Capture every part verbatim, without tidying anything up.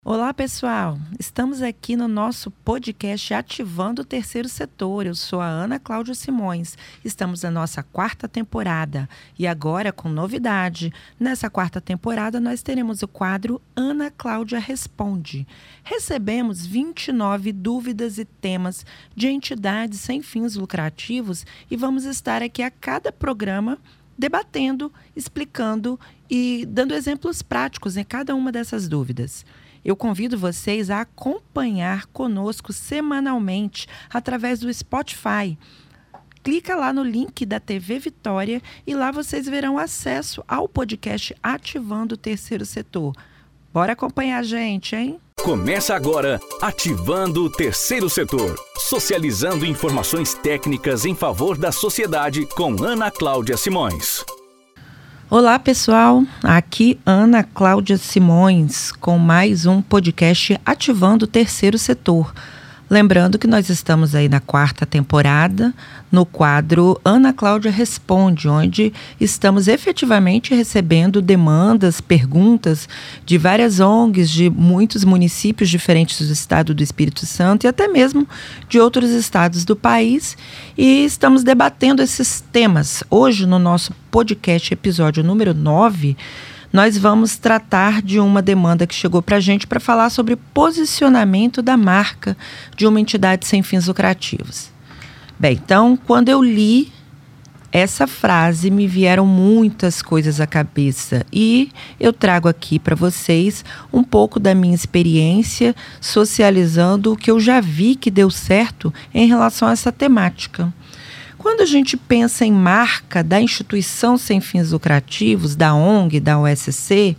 Olá, pessoal! Estamos aqui no nosso podcast Ativando o Terceiro Setor. Eu sou a Ana Cláudia Simões. Estamos na nossa quarta temporada e agora com novidade. Nessa quarta temporada nós teremos o quadro Ana Cláudia Responde. Recebemos vinte e nove dúvidas e temas de entidades sem fins lucrativos e vamos estar aqui a cada programa debatendo, explicando e dando exemplos práticos em cada uma dessas dúvidas. Eu convido vocês a acompanhar conosco semanalmente através do Spotify. Clica lá no link da T V Vitória e lá vocês verão acesso ao podcast Ativando o Terceiro Setor. Bora acompanhar a gente, hein? Começa agora Ativando o Terceiro Setor, socializando informações técnicas em favor da sociedade com Ana Cláudia Simões. Olá, pessoal, aqui Ana Cláudia Simões com mais um podcast Ativando o Terceiro Setor. Lembrando que nós estamos aí na quarta temporada no quadro Ana Cláudia Responde, onde estamos efetivamente recebendo demandas, perguntas de várias O N Gs de muitos municípios diferentes do estado do Espírito Santo e até mesmo de outros estados do país, e estamos debatendo esses temas. Hoje, no nosso podcast episódio número nove, nós vamos tratar de uma demanda que chegou para a gente para falar sobre posicionamento da marca de uma entidade sem fins lucrativos. Bem, então, quando eu li essa frase, me vieram muitas coisas à cabeça e eu trago aqui para vocês um pouco da minha experiência socializando o que eu já vi que deu certo em relação a essa temática. Quando a gente pensa em marca da instituição sem fins lucrativos, da O N G, da O S C,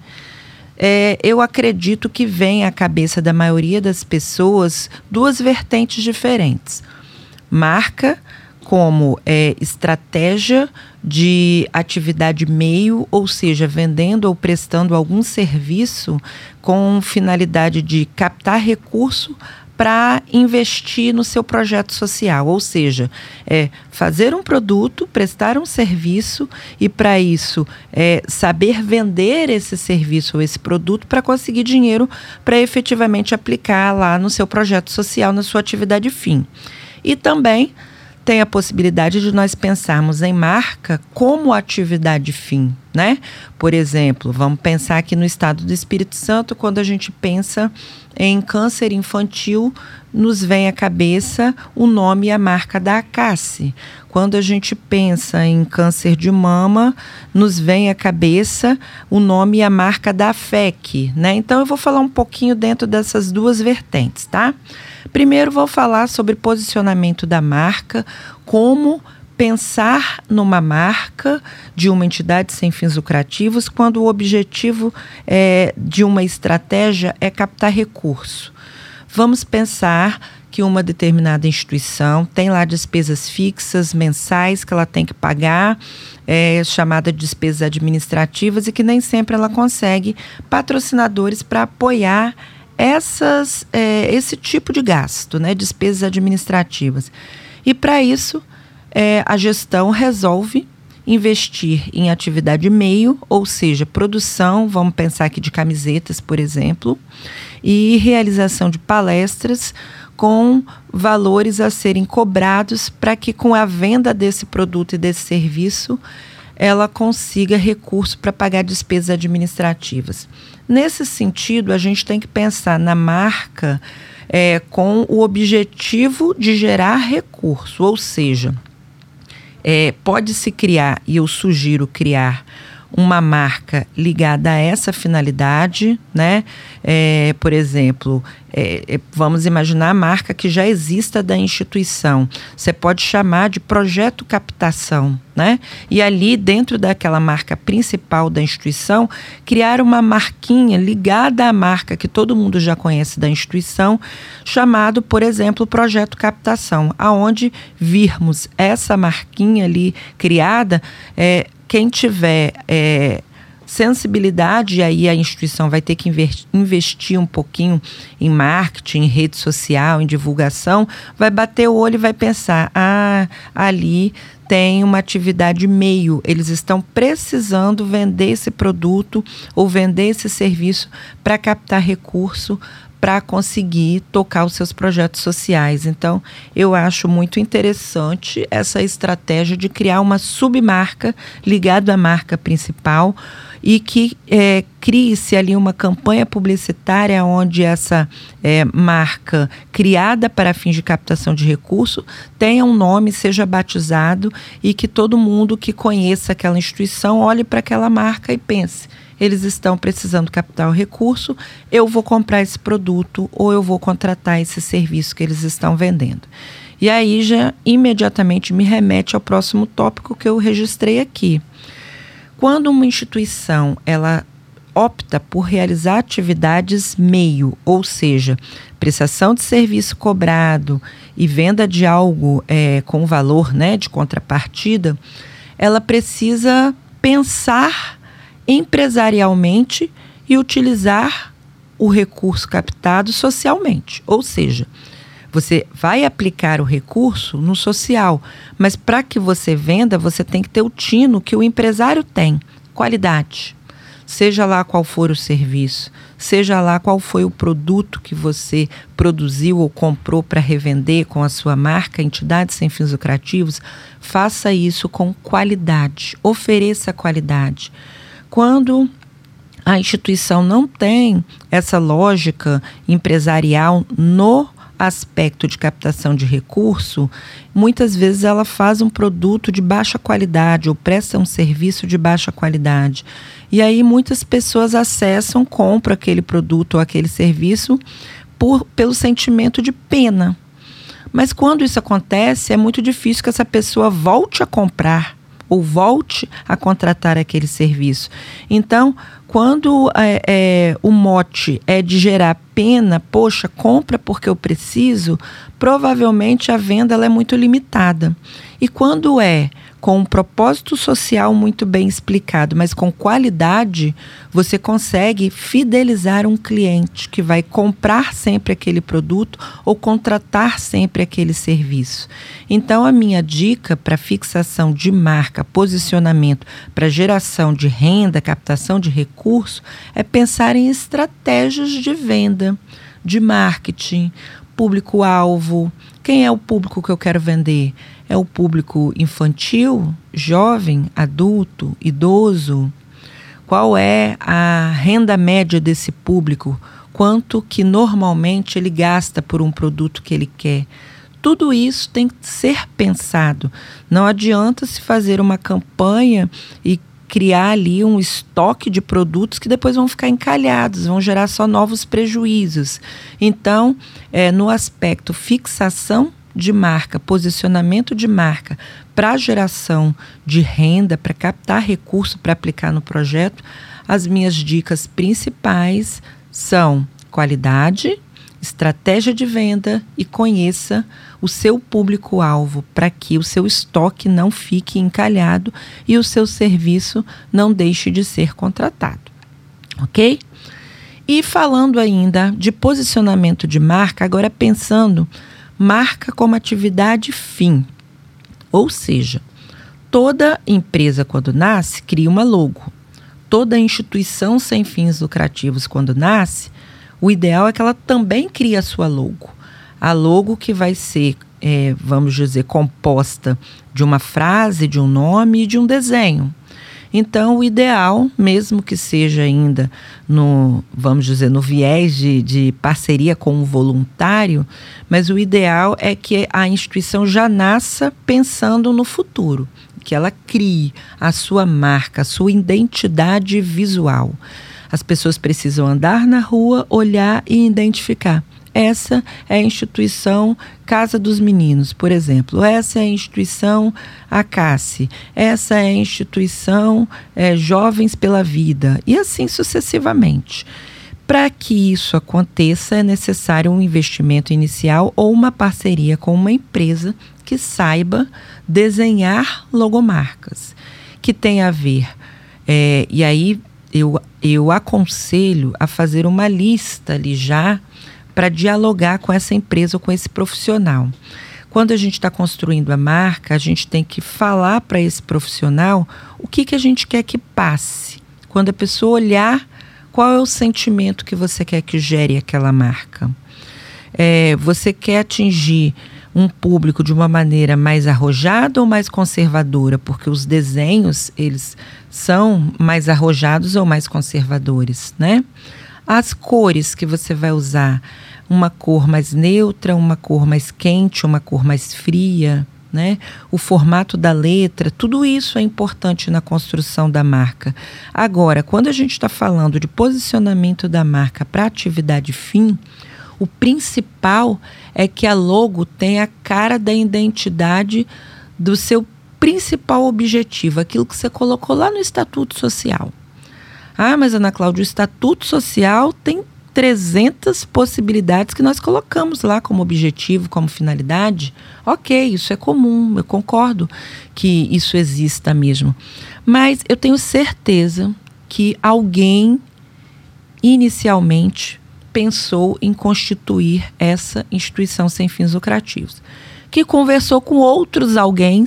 é, eu acredito que vem à cabeça da maioria das pessoas duas vertentes diferentes. Marca como é, estratégia de atividade meio, ou seja, vendendo ou prestando algum serviço com finalidade de captar recurso para investir no seu projeto social, ou seja, é fazer um produto, prestar um serviço e, para isso, é saber vender esse serviço ou esse produto para conseguir dinheiro para efetivamente aplicar lá no seu projeto social, na sua atividade fim. E também tem a possibilidade de nós pensarmos em marca como atividade fim, né? Por exemplo, vamos pensar aqui no estado do Espírito Santo, quando a gente pensa em câncer infantil, nos vem à cabeça o nome e a marca da Acácie. Quando a gente pensa em câncer de mama, nos vem à cabeça o nome e a marca da F E C, né? Então eu vou falar um pouquinho dentro dessas duas vertentes, tá? Primeiro vou falar sobre posicionamento da marca, como pensar numa marca de uma entidade sem fins lucrativos quando o objetivo é, de uma estratégia é captar recurso. Vamos pensar que uma determinada instituição tem lá despesas fixas, mensais, que ela tem que pagar, é, chamada de despesas administrativas, e que nem sempre ela consegue patrocinadores para apoiar essas, é, esse tipo de gasto, né, despesas administrativas. E para isso, é, a gestão resolve investir em atividade meio, ou seja, produção, vamos pensar aqui de camisetas, por exemplo, e realização de palestras com valores a serem cobrados para que, com a venda desse produto e desse serviço, ela consiga recurso para pagar despesas administrativas. Nesse sentido, a gente tem que pensar na marca é, com o objetivo de gerar recurso, ou seja, é, pode-se criar, e eu sugiro criar, uma marca ligada a essa finalidade, né? É, por exemplo, é, vamos imaginar a marca que já exista da instituição. Você pode chamar de projeto captação, né? E ali, dentro daquela marca principal da instituição, criar uma marquinha ligada à marca que todo mundo já conhece da instituição, chamado, por exemplo, projeto captação, aonde virmos essa marquinha ali criada, é, quem tiver é, sensibilidade, e aí a instituição vai ter que investir um pouquinho em marketing, em rede social, em divulgação, vai bater o olho e vai pensar, ah, ali têm uma atividade meio, eles estão precisando vender esse produto ou vender esse serviço para captar recurso, para conseguir tocar os seus projetos sociais. Então, eu acho muito interessante essa estratégia de criar uma submarca ligada à marca principal e que é, crie-se ali uma campanha publicitária onde essa é, marca, criada para fins de captação de recurso, tenha um nome, seja batizado e que todo mundo que conheça aquela instituição olhe para aquela marca e pense: eles estão precisando captar o recurso, eu vou comprar esse produto ou eu vou contratar esse serviço que eles estão vendendo. E aí já imediatamente me remete ao próximo tópico que eu registrei aqui. Quando uma instituição ela opta por realizar atividades meio, ou seja, prestação de serviço cobrado e venda de algo é, com valor, né, de contrapartida, ela precisa pensar empresarialmente e utilizar o recurso captado socialmente. Ou seja, você vai aplicar o recurso no social, mas para que você venda, você tem que ter o tino que o empresário tem, qualidade. Seja lá qual for o serviço, seja lá qual foi o produto que você produziu ou comprou para revender com a sua marca, entidade sem fins lucrativos, faça isso com qualidade, ofereça qualidade. Quando a instituição não tem essa lógica empresarial no aspecto de captação de recurso, muitas vezes ela faz um produto de baixa qualidade ou presta um serviço de baixa qualidade. E aí muitas pessoas acessam, compram aquele produto ou aquele serviço por, pelo sentimento de pena. Mas quando isso acontece, é muito difícil que essa pessoa volte a comprar ou volte a contratar aquele serviço. Então, quando é, é, o mote é de gerar pena, poxa, compra porque eu preciso, provavelmente a venda ela é muito limitada. E quando é com um propósito social muito bem explicado, mas com qualidade, você consegue fidelizar um cliente que vai comprar sempre aquele produto ou contratar sempre aquele serviço. Então, a minha dica para fixação de marca, posicionamento, para geração de renda, captação de recurso, é pensar em estratégias de venda, de marketing, público-alvo. Quem é o público que eu quero vender? É o público infantil, jovem, adulto, idoso? Qual é a renda média desse público? Quanto que normalmente ele gasta por um produto que ele quer? Tudo isso tem que ser pensado. Não adianta se fazer uma campanha e criar ali um estoque de produtos que depois vão ficar encalhados, vão gerar só novos prejuízos. Então, é, no aspecto fixação de marca, posicionamento de marca para geração de renda, para captar recurso para aplicar no projeto, as minhas dicas principais são qualidade, estratégia de venda e conheça o seu público-alvo para que o seu estoque não fique encalhado e o seu serviço não deixe de ser contratado, ok? E falando ainda de posicionamento de marca, agora pensando marca como atividade fim, ou seja, toda empresa quando nasce cria uma logo, toda instituição sem fins lucrativos quando nasce, o ideal é que ela também crie a sua logo. A logo que vai ser, é, vamos dizer, composta de uma frase, de um nome e de um desenho. Então, o ideal, mesmo que seja ainda no, vamos dizer, no viés de, de parceria com o voluntário, mas o ideal é que a instituição já nasça pensando no futuro, que ela crie a sua marca, a sua identidade visual. As pessoas precisam andar na rua, olhar e identificar. Essa é a instituição Casa dos Meninos, por exemplo. Essa é a instituição Acácie. Essa é a instituição é, Jovens pela Vida. E assim sucessivamente. Para que isso aconteça, é necessário um investimento inicial ou uma parceria com uma empresa que saiba desenhar logomarcas, que tem a ver, é, e aí eu, eu aconselho a fazer uma lista ali já para dialogar com essa empresa ou com esse profissional. quando a gente está construindo a marca, a gente tem que falar para esse profissional o que, que a gente quer que passe. Quando a pessoa olhar, qual é o sentimento que você quer que gere aquela marca? É, você quer atingir um público de uma maneira mais arrojada ou mais conservadora? Porque os desenhos, eles são mais arrojados ou mais conservadores, né? As cores que você vai usar, uma cor mais neutra, uma cor mais quente, uma cor mais fria, né? O formato da letra, tudo isso é importante na construção da marca. Agora, quando a gente está falando de posicionamento da marca para atividade fim, o principal é que a logo tenha a cara da identidade do seu principal objetivo, aquilo que você colocou lá no Estatuto Social. Ah, mas Ana Cláudia, o Estatuto Social tem trezentas possibilidades que nós colocamos lá como objetivo, como finalidade. Ok, isso é comum, eu concordo que isso exista mesmo. Mas eu tenho certeza que alguém, inicialmente, pensou em constituir essa instituição sem fins lucrativos, que conversou com outros alguém,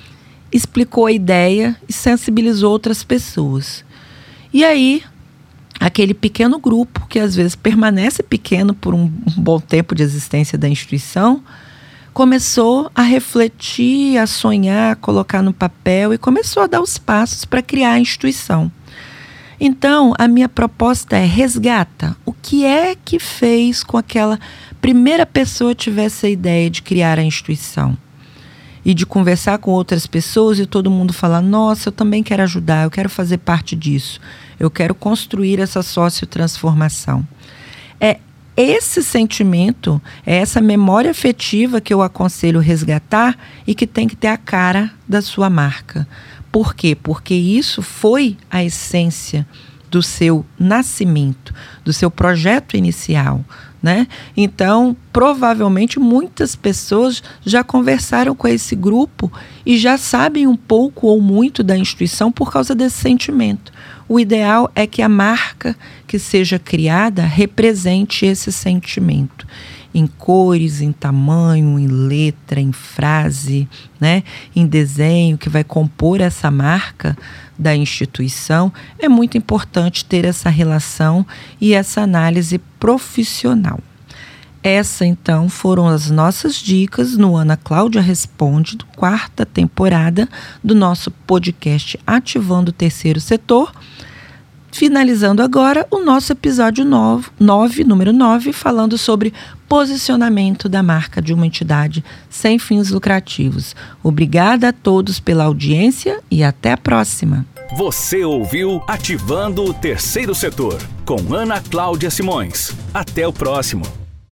explicou a ideia e sensibilizou outras pessoas. E aí, aquele pequeno grupo, que às vezes permanece pequeno por um, um bom tempo de existência da instituição, começou a refletir, a sonhar, a colocar no papel e começou a dar os passos para criar a instituição. Então, a minha proposta é: resgata o que é que fez com que aquela primeira pessoa tivesse a ideia de criar a instituição. E de conversar com outras pessoas e todo mundo falar: nossa, eu também quero ajudar, eu quero fazer parte disso, eu quero construir essa sócio-transformação. É esse sentimento, é essa memória afetiva que eu aconselho resgatar e que tem que ter a cara da sua marca. Por quê? Porque isso foi a essência do seu nascimento, do seu projeto inicial, né? Então, provavelmente muitas pessoas já conversaram com esse grupo e já sabem um pouco ou muito da instituição por causa desse sentimento. O ideal é que a marca que seja criada represente esse sentimento, em cores, em tamanho, em letra, em frase, né? Em desenho que vai compor essa marca da instituição. É muito importante ter essa relação e essa análise profissional. Essa, então, foram as nossas dicas no Ana Cláudia Responde, quarta temporada do nosso podcast Ativando o Terceiro Setor. Finalizando agora o nosso episódio nove, número nove, falando sobre posicionamento da marca de uma entidade sem fins lucrativos. Obrigada a todos pela audiência e até a próxima. Você ouviu Ativando o Terceiro Setor, com Ana Cláudia Simões. Até o próximo.